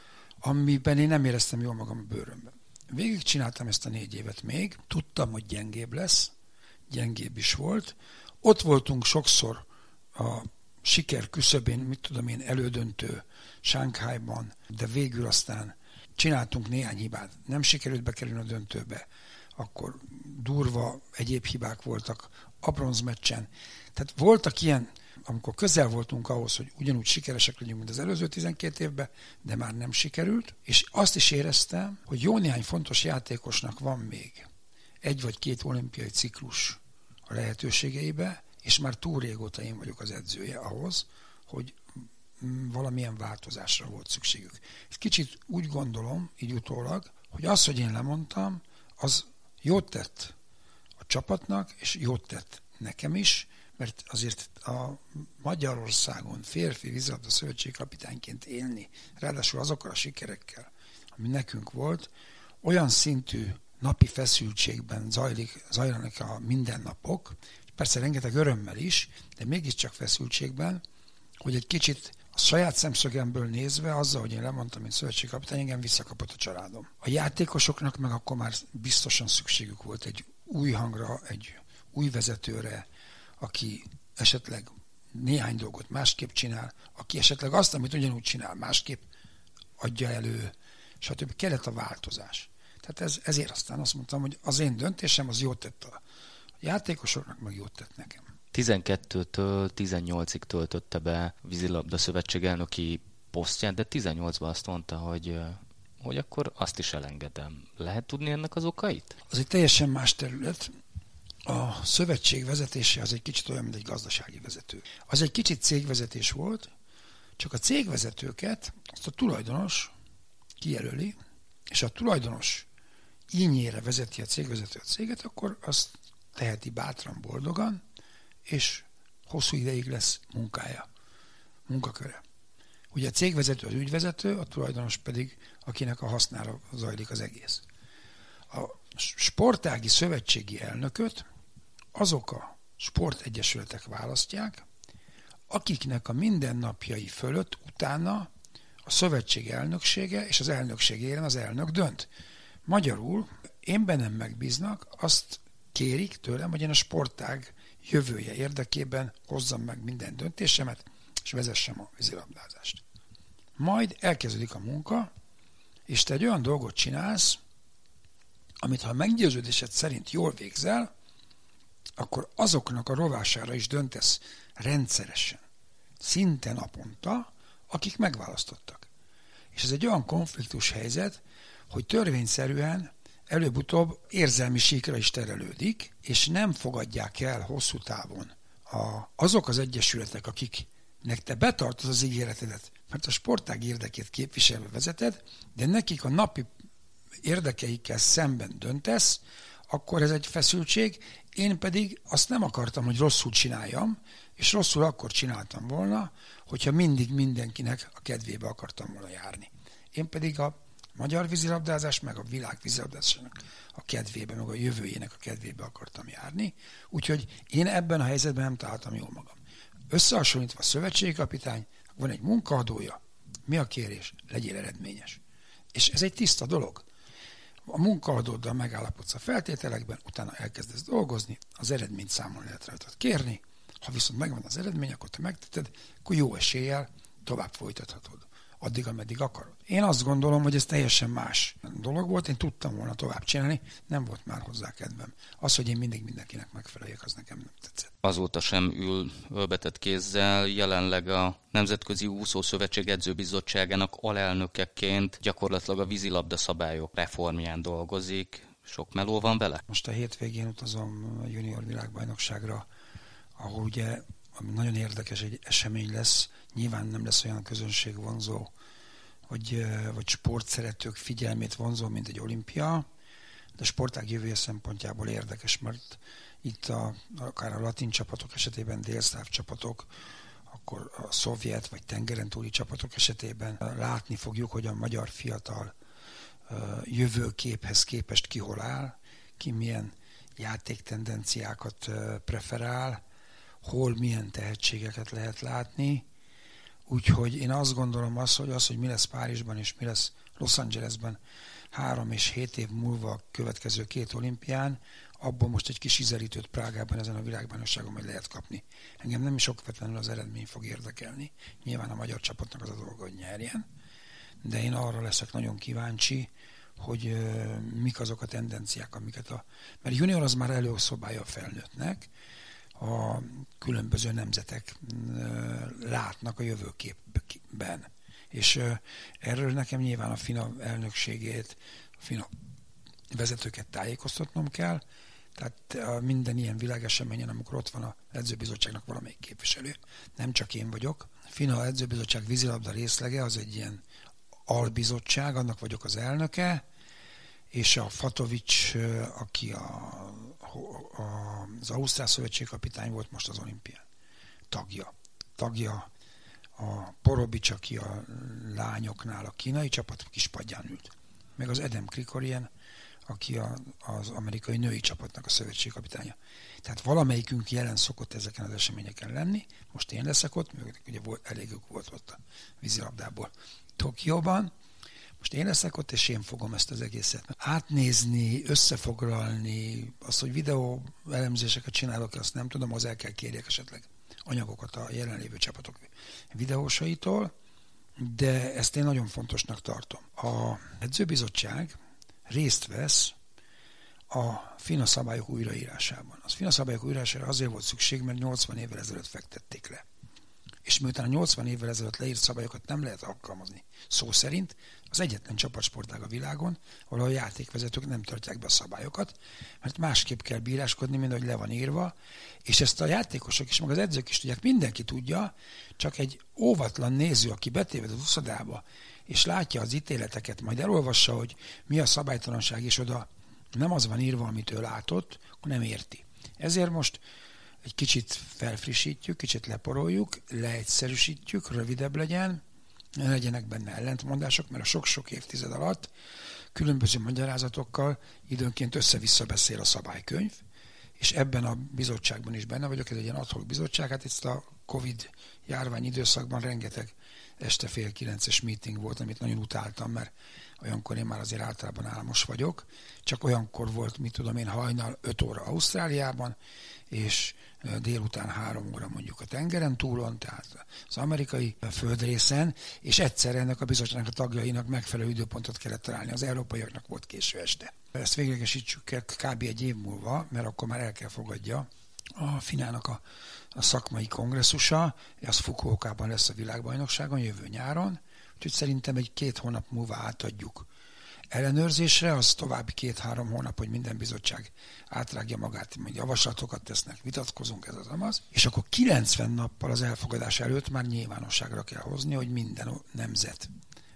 amiben én nem éreztem jól magam a bőrömben. Végig csináltam ezt a 4 évet még, tudtam, hogy gyengébb lesz, gyengébb is volt. Ott voltunk sokszor a siker küszöbén, mit tudom én, elődöntő Shanghaiban, de végül aztán csináltunk néhány hibát. Nem sikerült bekerülni a döntőbe, akkor durva egyéb hibák voltak a bronzmeccsen. Tehát voltak ilyen, amikor közel voltunk ahhoz, hogy ugyanúgy sikeresek legyünk, mint az előző 12 évben, de már nem sikerült, és azt is éreztem, hogy jó néhány fontos játékosnak van még 1 vagy 2 olimpiai ciklus a lehetőségeibe, és már túl régóta én vagyok az edzője ahhoz, hogy valamilyen változásra volt szükségük. És kicsit úgy gondolom, így utólag, hogy az, hogy én lemondtam, az jót tett a csapatnak, és jót tett nekem is, mert azért a Magyarországon férfi vízilabda szövetségi kapitányként élni, ráadásul azokkal a sikerekkel, ami nekünk volt, olyan szintű napi feszültségben zajlanak a mindennapok, és persze rengeteg örömmel is, de mégiscsak feszültségben, hogy egy kicsit a saját szemszögemből nézve, azzal, hogy én lemondtam, mint szövetségi kapitány, engem visszakapott a családom. A játékosoknak meg akkor már biztosan szükségük volt egy új hangra, egy új vezetőre, aki esetleg néhány dolgot másképp csinál, aki esetleg azt, amit ugyanúgy csinál, másképp adja elő, stb. Kellett a változás. Tehát ezért aztán azt mondtam, hogy az én döntésem az jót tett a játékosoknak, meg jót tett nekem. 12-től 18-ig töltötte be vízilabda szövetség elnöki posztját, de 18-ban azt mondta, hogy akkor azt is elengedem. Lehet tudni ennek az okait? Az egy teljesen más terület. A szövetség vezetése az egy kicsit olyan, mint egy gazdasági vezető. Az egy kicsit cégvezetés volt, csak a cégvezetőket azt a tulajdonos kijelöli, és a tulajdonos ínyére vezeti a cégvezető a céget, akkor azt teheti bátran, boldogan, és hosszú ideig lesz munkaköre. Ugye a cégvezető az ügyvezető, a tulajdonos pedig, akinek a hasznára zajlik az egész. A sportági szövetségi elnököt azok a sportegyesületek választják, akiknek a mindennapjai fölött utána a szövetség elnöksége és az elnökség éren az elnök dönt. Magyarul én bennem megbíznak, azt kérik tőlem, hogy én a sportág jövője érdekében hozzam meg minden döntésemet, és vezessem a vízilabdázást. Majd elkezdődik a munka, és te egy olyan dolgot csinálsz, amit ha a meggyőződésed szerint jól végzel, akkor azoknak a rovására is döntesz rendszeresen, szinte naponta, akik megválasztottak. És ez egy olyan konfliktus helyzet, hogy törvényszerűen előbb-utóbb érzelmi síkra is terelődik, és nem fogadják el hosszú távon azok az egyesületek, akiknek te betartod az ígéretedet, mert a sportág érdekét képviselve vezeted, de nekik a napi érdekeikkel szemben döntesz, akkor ez egy feszültség, én pedig azt nem akartam, hogy rosszul csináljam, és rosszul akkor csináltam volna, hogyha mindig mindenkinek a kedvébe akartam volna járni. Én pedig a magyar vízilabdázás, meg a világ vízilabdázásának a kedvébe, meg a jövőjének a kedvébe akartam járni, úgyhogy én ebben a helyzetben nem találtam jól magam. Összehasonlítva a szövetségi kapitány, van egy munkaadója, mi a kérés? Legyél eredményes. És ez egy tiszta dolog. A munkaadóddal megállapodsz a feltételekben, utána elkezdesz dolgozni, az eredményt számon lehet rajtad kérni, ha viszont megvan az eredmény, akkor te megtetted, akkor jó eséllyel tovább folytathatod. Addig, ameddig akarod. Én azt gondolom, hogy ez teljesen más dolog volt, én tudtam volna tovább csinálni, nem volt már hozzá kedvem. Az, hogy én mindig mindenkinek megfeleljek, az nekem nem tetszett. Azóta sem ül ölbetett kézzel, jelenleg a Nemzetközi Úszószövetség Edzőbizottságának alelnökeként gyakorlatilag a vízilabda szabályok reformján dolgozik. Sok meló van vele? Most a hétvégén utazom a junior világbajnokságra, ahol ugye nagyon érdekes egy esemény lesz, nyilván nem lesz olyan közönségvonzó, vagy sportszeretők figyelmét vonzó, mint egy olimpia, de a sportág jövője szempontjából érdekes, mert itt akár a latin csapatok esetében, délszláv csapatok, akkor a szovjet vagy tengeren túli csapatok esetében látni fogjuk, hogy a magyar fiatal jövőképhez képest ki hol áll, ki milyen játéktendenciákat preferál, hol milyen tehetségeket lehet látni. Úgyhogy én azt gondolom hogy mi lesz Párizsban és mi lesz Los Angelesben 3 és 7 év múlva a következő 2 olimpián, abból most egy kis ízelítőt Prágában ezen a világbajnokságon majd lehet kapni. Engem nem is okvetlenül az eredmény fog érdekelni. Nyilván a magyar csapatnak az a dolga, hogy nyerjen, de én arra leszek nagyon kíváncsi, hogy mik azok a tendenciák, mert junior az már előszobája a felnőttnek, a különböző nemzetek látnak a jövőképben. És erről nekem nyilván a FINA elnökségét, a FINA vezetőket tájékoztatnom kell, tehát minden ilyen világeseményen, amikor ott van az edzőbizottságnak valamelyik képviselő, nem csak én vagyok. A FINA edzőbizottság vízilabda részlege az egy ilyen albizottság, annak vagyok az elnöke, és a Fatovics, aki az Ausztrál Szövetség kapitány volt most az olimpián. Tagja a Porobics, aki a lányoknál a kínai csapat kispadján ült. Meg az Adam Krikorian, aki az amerikai női csapatnak a szövetség kapitánya. Tehát valamelyikünk jelen szokott ezeken az eseményeken lenni. Most én leszek ott, mert ugye elégük volt ott a vízilabdából Tokióban. Most én leszek ott, és én fogom ezt az egészet átnézni, összefoglalni, azt, hogy videó elemzéseket csinálok, azt nem tudom, az el kell kérjek esetleg anyagokat a jelenlévő csapatok videósaitól, de ezt én nagyon fontosnak tartom. A edzőbizottság részt vesz a FINA szabályok újraírásában. Az FINA szabályok újraírására azért volt szükség, mert 80 évvel ezelőtt fektették le. És miután a 80 évvel ezelőtt leírt szabályokat nem lehet alkalmazni szó szerint, az egyetlen csapatsportág a világon, ahol a játékvezetők nem tartják be a szabályokat, mert másképp kell bíráskodni, mint ahogy le van írva, és ezt a játékosok is, meg az edzők is tudják, mindenki tudja, csak egy óvatlan néző, aki betéved az uszodába, és látja az ítéleteket, majd elolvassa, hogy mi a szabálytalanság, és oda nem az van írva, amit ő látott, akkor nem érti. Ezért most egy kicsit felfrissítjük, kicsit leporoljuk, leegyszerűsítjük, rövidebb legyen, ne legyenek benne ellentmondások, mert a sok-sok évtized alatt különböző magyarázatokkal időnként össze-vissza beszél a szabálykönyv, és ebben a bizottságban is benne vagyok, ez egy ilyen ad hoc bizottság, hát itt a Covid járvány időszakban rengeteg este 8:30-es meeting volt, amit nagyon utáltam, mert olyankor én már azért általában álmos vagyok, csak olyankor volt, mit tudom én, hajnal 5 óra Ausztráliában, és délután 3 óra mondjuk a tengeren túlon, tehát az amerikai földrészen, és egyszerre ennek a bizottságnak a tagjainak megfelelő időpontot kellett találni. Az európaiaknak volt késő este. Ezt véglegesítsük el kb. Egy év múlva, mert akkor már el kell fogadja a FINA-nak a szakmai kongresszusa, az Fukuokában lesz a világbajnokságon jövő nyáron, úgyhogy szerintem egy 2 hónap múlva átadjuk ellenőrzésre, az további 2-3 hónap, hogy minden bizottság átrágja magát, majd javaslatokat tesznek, vitatkozunk, ez az amaz, és akkor 90 nappal az elfogadás előtt már nyilvánosságra kell hozni, hogy minden nemzet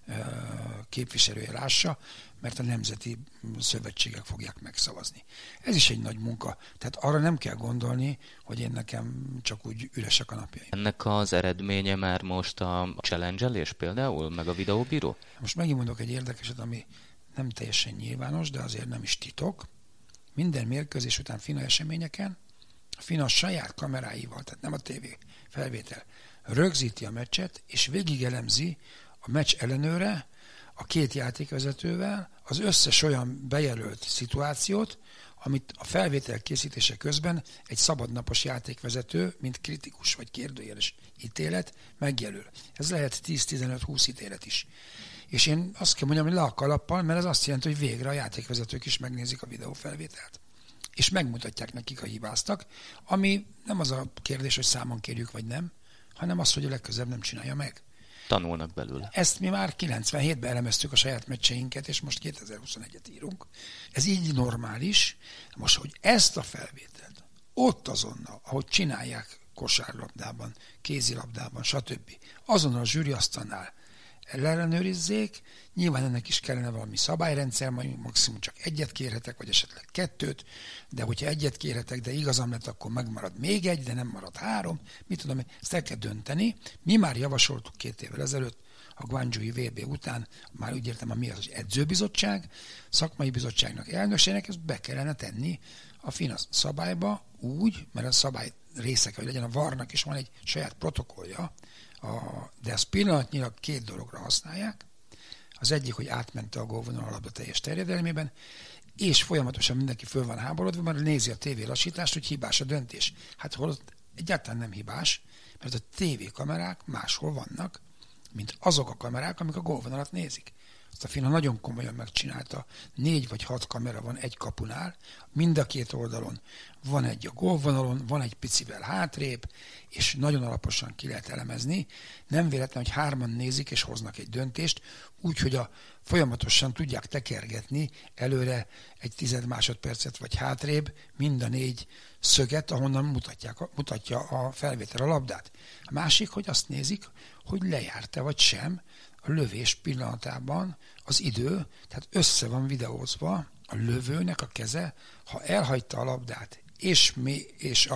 képviselője lássa, mert a nemzeti szövetségek fogják megszavazni. Ez is egy nagy munka. Tehát arra nem kell gondolni, hogy én nekem csak úgy üresek a napjaim. Ennek az eredménye már most a challenge-elés például, meg a videóbíró? Most megint mondok egy érdekeset, ami nem teljesen nyilvános, de azért nem is titok. Minden mérkőzés után FINA eseményeken a FINA a saját kameráival, tehát nem a tévé felvétel, rögzíti a meccset, és végig elemzi a meccs ellenőre, a két játékvezetővel az összes olyan bejelölt szituációt, amit a felvétel készítése közben egy szabadnapos játékvezető, mint kritikus vagy kérdőjeles ítélet megjelöl. Ez lehet 10-15-20 ítélet is. És én azt kell mondjam, hogy le a kalappal, mert ez azt jelenti, hogy végre a játékvezetők is megnézik a videófelvételt. És megmutatják nekik, a hibáztak, ami nem az a kérdés, hogy számon kérjük vagy nem, hanem az, hogy a legközelebb nem csinálja meg. Tanulnak belőle. Ezt mi már 97-ben elemeztük a saját meccseinket, és most 2021-et írunk. Ez így normális. Most, hogy ezt a felvételt ott azonnal, ahogy csinálják kosárlabdában, kézilabdában, stb. Azonnal a zsűriasztalnál ellenőrizzék, nyilván ennek is kellene valami szabályrendszer, majd maximum csak egyet kérhetek, vagy esetleg kettőt, de hogyha egyet kérhetek, de igazam lett, akkor megmarad még egy, de nem marad 3, mit tudom, ezt el kell dönteni. Mi már javasoltuk 2 évvel ezelőtt, a Guangzhou-i VB után, már úgy értem, mi az edzőbizottság, szakmai bizottságnak elnökségnek, ezt be kellene tenni a FINA szabályba úgy, mert a szabály részek, hogy legyen a VAR-nak is van egy saját protokollja, de ezt pillanatnyilag 2 dologra használják. Az egyik, hogy átmente a gólvonal a labda teljes terjedelmében, és folyamatosan mindenki föl van háborodva, mert nézi a tévé lassítást, hogy hibás a döntés. Hát holott egyáltalán nem hibás, mert a tévékamerák máshol vannak, mint azok a kamerák, amik a gólvonalat nézik. Azt a FINA nagyon komolyan megcsinálta. 4 vagy 6 kamera van egy kapunál, mind a 2 oldalon van egy a gólvonalon, van egy picivel hátrébb, és nagyon alaposan ki lehet elemezni. Nem véletlen, hogy 3-an nézik és hoznak egy döntést, úgyhogy folyamatosan tudják tekergetni előre egy 10 másodpercet vagy hátrébb mind a 4 szöget, ahonnan mutatja a felvétel a labdát. A másik, hogy azt nézik, hogy lejárt-e vagy sem a lövés pillanatában az idő, tehát össze van videózva a lövőnek a keze, ha elhagyta a labdát, és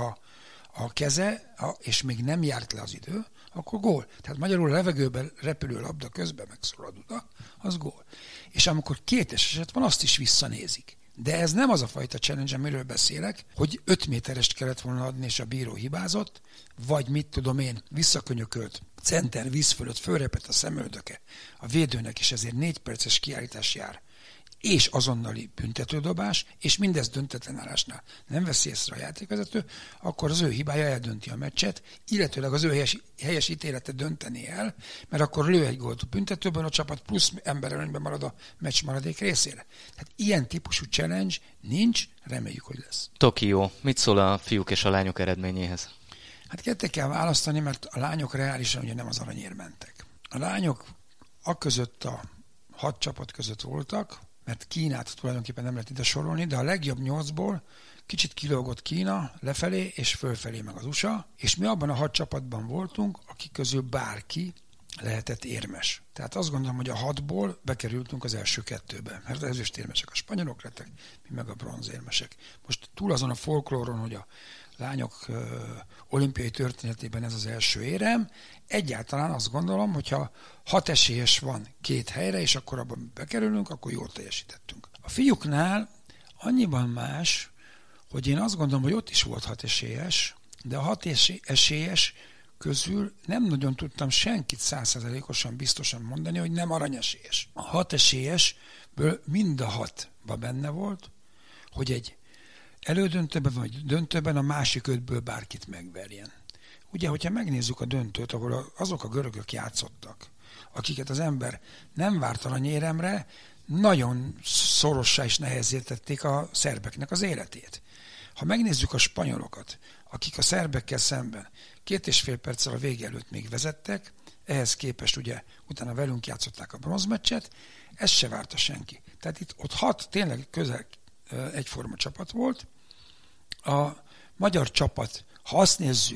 a keze, és még nem járt le az idő, akkor gól. Tehát magyarul a levegőben repülő labda közben megszól a duda, az gól. És amikor 2 eset van, azt is visszanézik. De ez nem az a fajta challenge, amiről beszélek, hogy 5 méterest kellett volna adni, és a bíró hibázott, vagy mit tudom én, visszakönyökölt, center víz fölött fölrepett a szemöldöke a védőnek, és ezért 4 perces kiállítás jár, és azonnali büntetődobás, és mindez döntetlen állásnál nem veszi észre a játékvezető, akkor az ő hibája eldönti a meccset, illetőleg az ő helyes ítélete dönteni el, mert akkor lő egy gólt büntetőben, a csapat plusz emberelőnyben marad a meccs maradék részére. Tehát ilyen típusú challenge nincs, reméljük, hogy lesz. Tokió. Mit szól a fiúk és a lányok eredményéhez? Hát ketté kell választani, mert a lányok reálisan ugye nem az aranyért mentek. A lányok között a 6 csapat között voltak, mert Kínát tulajdonképpen nem lehet ide sorolni, de a legjobb 8-ból kicsit kilógott Kína lefelé és fölfelé meg az USA, és mi abban a 6 csapatban voltunk, akik közül bárki lehetett érmes. Tehát azt gondolom, hogy a 6-ból bekerültünk az első 2-be, mert az ezüstérmesek a spanyolok lettek, mi meg a bronzérmesek. Most túl azon a folklóron, hogy a lányok olimpiai történetében ez az első érem, egyáltalán azt gondolom, hogyha 6 esélyes van 2 helyre, és akkor abban bekerülünk, akkor jól teljesítettünk. A fiúknál annyiban más, hogy én azt gondolom, hogy ott is volt 6 esélyes, de a 6 esélyes közül nem nagyon tudtam senkit 100%-osan biztosan mondani, hogy nem aranyesélyes. A 6 esélyesből mind a 6-ban benne volt, hogy egy elődöntőben vagy döntőben a másik 5-ből bárkit megverjen. Ugye, hogyha megnézzük a döntőt, ahol azok a görögök játszottak, akiket az ember nem várt aranyéremre, nagyon szorossá és nehezzé tették a szerbeknek az életét. Ha megnézzük a spanyolokat, akik a szerbekkel szemben 2,5 perccel a vége előtt még vezettek, ehhez képest ugye utána velünk játszották a bronzmeccset, ezt se várta senki. Tehát itt ott 6 tényleg közel egyforma csapat volt. A magyar csapat, ha azt nézzük,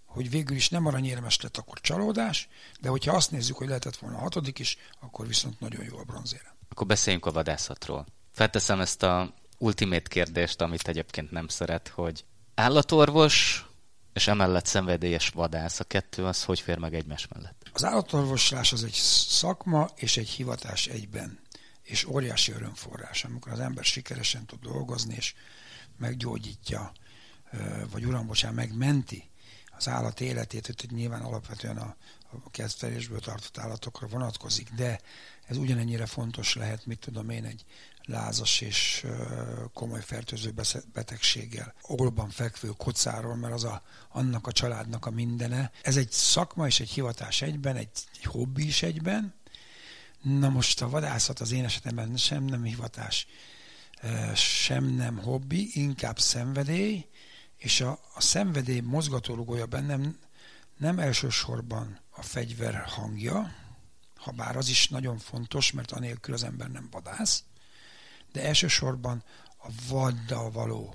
hogy végül is nem aranyérmes lett, akkor csalódás, de hogyha azt nézzük, hogy lehetett volna a 6. is, akkor viszont nagyon jó a bronzérem. Akkor beszéljünk a vadászatról. Felteszem ezt a ultimate kérdést, amit egyébként nem szeret, hogy állatorvos és emellett szenvedélyes vadász, a kettő az hogy fér meg egymás mellett? Az állatorvoslás az egy szakma és egy hivatás egyben, és óriási örömforrás, amikor az ember sikeresen tud dolgozni, és meggyógyítja, vagy megmenti az állat életét, hogy nyilván alapvetően a kedvelésből tartott állatokra vonatkozik, de ez ugyanennyire fontos lehet, mit tudom én, egy lázas és komoly fertőző betegséggel orban fekvő kocáról, mert az annak a családnak a mindene. Ez egy szakma és egy hivatás egyben, egy hobbi is egyben. Na most a vadászat az én esetemben sem nem hivatás, sem nem hobbi, inkább szenvedély, és a szenvedély mozgatórugója bennem nem elsősorban a fegyver hangja, ha bár az is nagyon fontos, mert anélkül az ember nem vadász, de elsősorban a vaddal való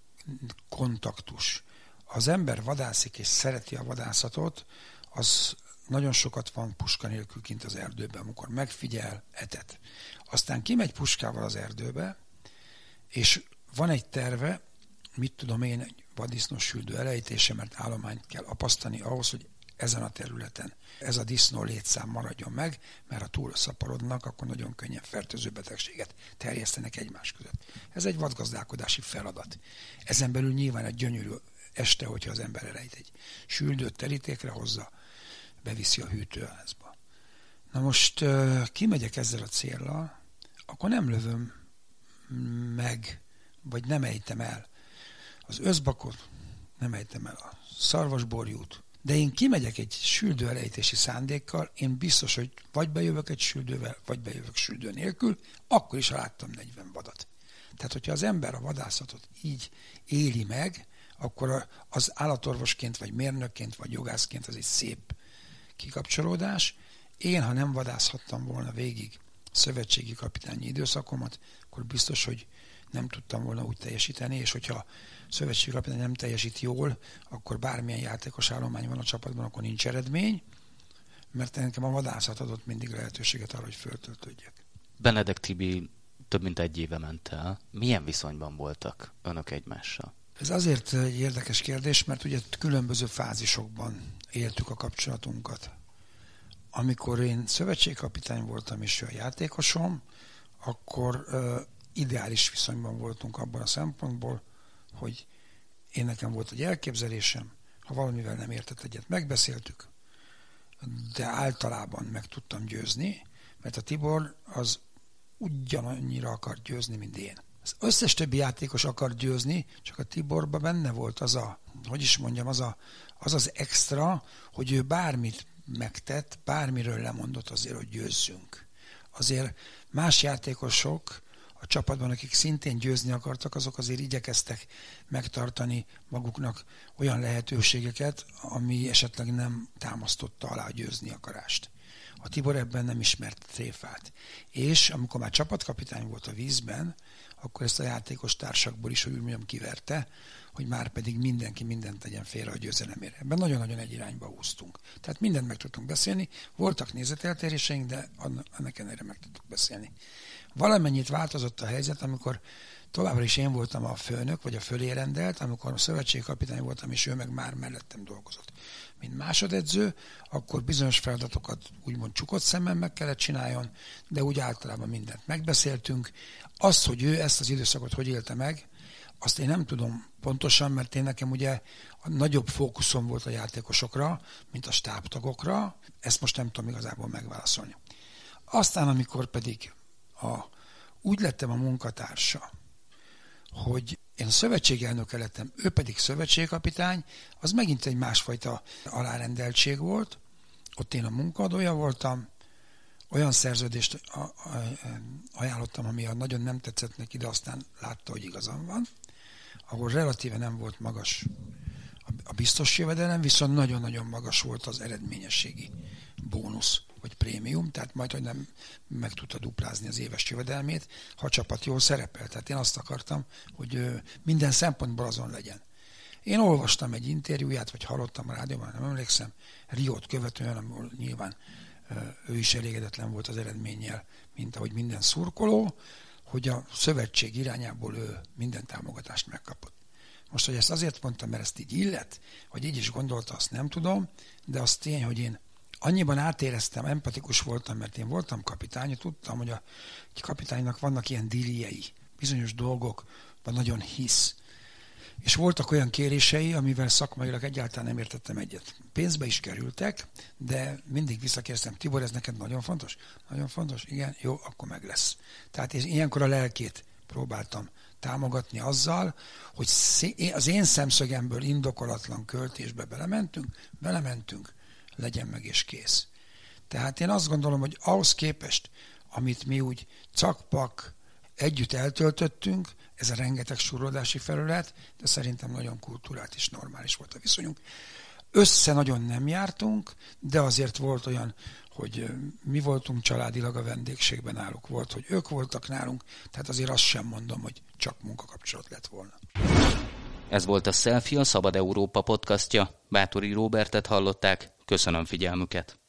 kontaktus. Az ember vadászik és szereti a vadászatot, az nagyon sokat van puska nélkül kint az erdőben, amikor megfigyel, etet. Aztán kimegy puskával az erdőbe, és van egy terve, mit tudom én, egy vaddisznó süldő elejtése, mert állományt kell apasztani ahhoz, hogy ezen a területen ez a disznó létszám maradjon meg, mert ha túl szaporodnak, akkor nagyon könnyen fertőző betegséget terjesztenek egymás között. Ez egy vadgazdálkodási feladat. Ezen belül nyilván egy gyönyörű este, hogyha az ember elejt egy süldőt terítékre hozza, beviszi a hűtőházba. Na most kimegyek ezzel a céllal, akkor nem lövöm meg, vagy nem ejtem el az özbakot, nem ejtem el a szarvasborjút, de én kimegyek egy süldő elejtési szándékkal, én biztos, hogy vagy bejövök egy süldővel, vagy bejövök süldő nélkül, akkor is láttam 40 vadat. Tehát, hogyha az ember a vadászatot így éli meg, akkor az állatorvosként, vagy mérnökként, vagy jogászként az egy szép kikapcsolódás. Én, ha nem vadászhattam volna végig szövetségi kapitányi időszakomat, akkor biztos, hogy nem tudtam volna úgy teljesíteni, és hogyha szövetségi kapitány nem teljesít jól, akkor bármilyen játékos állomány van a csapatban, akkor nincs eredmény, mert nekem a vadászat adott mindig lehetőséget arra, hogy föltöltődjek. Benedek Tibi több mint 1 éve ment el. Milyen viszonyban voltak önök egymással? Ez azért egy érdekes kérdés, mert ugye különböző fázisokban éltük a kapcsolatunkat. Amikor én szövetségkapitány voltam és ő a játékosom, akkor ideális viszonyban voltunk abban a szempontból, hogy én nekem volt egy elképzelésem, ha valamivel nem értett egyet, megbeszéltük, de általában meg tudtam győzni, mert a Tibor az ugyanannyira akart győzni, mint én. Az összes többi játékos akart győzni, csak a Tiborban benne volt az az extra, hogy ő bármit megtett, bármiről lemondott azért, hogy győzzünk. Azért más játékosok a csapatban, akik szintén győzni akartak, azok azért igyekeztek megtartani maguknak olyan lehetőségeket, ami esetleg nem támasztotta alá a győzni akarást. A Tibor ebben nem ismert tréfát. És amikor már csapatkapitány volt a vízben, akkor ezt a játékos társakból is, hogy úgy mondjam, kiverte, hogy már pedig mindenki mindent tegyen félre a győzelemére. Ebben nagyon-nagyon egy irányba húztunk. Tehát mindent meg tudtunk beszélni, voltak nézeteltéréseink, de annak ellenére meg tudtuk beszélni. Valamennyit változott a helyzet, amikor továbbra is én voltam a főnök, vagy a fölérendelt, amikor a szövetségkapitány voltam, és ő meg már mellettem dolgozott. Mint másodedző, akkor bizonyos feladatokat úgymond csukott szemmel meg kellett csináljon, de úgy általában mindent megbeszéltünk. Azt, hogy ő ezt az időszakot hogy élte meg, azt én nem tudom pontosan, mert én nekem ugye a nagyobb fókuszom volt a játékosokra, mint a stábtagokra. Ezt most nem tudom igazából megválaszolni. Aztán, amikor pedig úgy lettem a munkatársa, hogy én szövetségelnöke lettem, ő pedig szövetségkapitány, az megint egy másfajta alárendeltség volt. Ott én a munkaadója voltam, olyan szerződést ajánlottam, ami nagyon nem tetszett neki, de aztán látta, hogy igazam van, ahol relatíve nem volt magas a biztos jövedelem, viszont nagyon-nagyon magas volt az eredményességi bónusz, vagy prémium, tehát majd, hogy nem meg tudta duplázni az éves jövedelmét, ha a csapat jól szerepel. Tehát én azt akartam, hogy minden szempontból azon legyen. Én olvastam egy interjúját, vagy hallottam a rádióban, nem emlékszem, Riót követően, ahol nyilván ő is elégedetlen volt az eredménnyel, mint ahogy minden szurkoló, hogy a szövetség irányából ő minden támogatást megkapott. Most, hogy ezt azért mondtam, mert ezt így illet, vagy így is gondolta, azt nem tudom, de az tény, hogy én annyiban átéreztem, empatikus voltam, mert én voltam kapitány, tudtam, hogy a kapitánynak vannak ilyen díliei, bizonyos dolgokban nagyon hisz. És voltak olyan kérései, amivel szakmailag egyáltalán nem értettem egyet. Pénzbe is kerültek, de mindig visszakérdeztem, Tibor, ez neked nagyon fontos? Nagyon fontos? Igen, jó, akkor meg lesz. Tehát én ilyenkor a lelkét próbáltam támogatni hogy az én szemszögemből indokolatlan költésbe belementünk, legyen meg és kész. Tehát én azt gondolom, hogy ahhoz képest, amit mi úgy cakpak együtt eltöltöttünk, ez a rengeteg surlódási felület, de szerintem nagyon kultúrált és normális volt a viszonyunk. Össze nagyon nem jártunk, de azért volt olyan, hogy mi voltunk családilag a vendégségben náluk, volt, hogy ők voltak nálunk, tehát azért azt sem mondom, hogy csak munkakapcsolat lett volna. Ez volt a Selfie, a Szabad Európa podcastja. Báthori Róbertet hallották, köszönöm figyelmüket.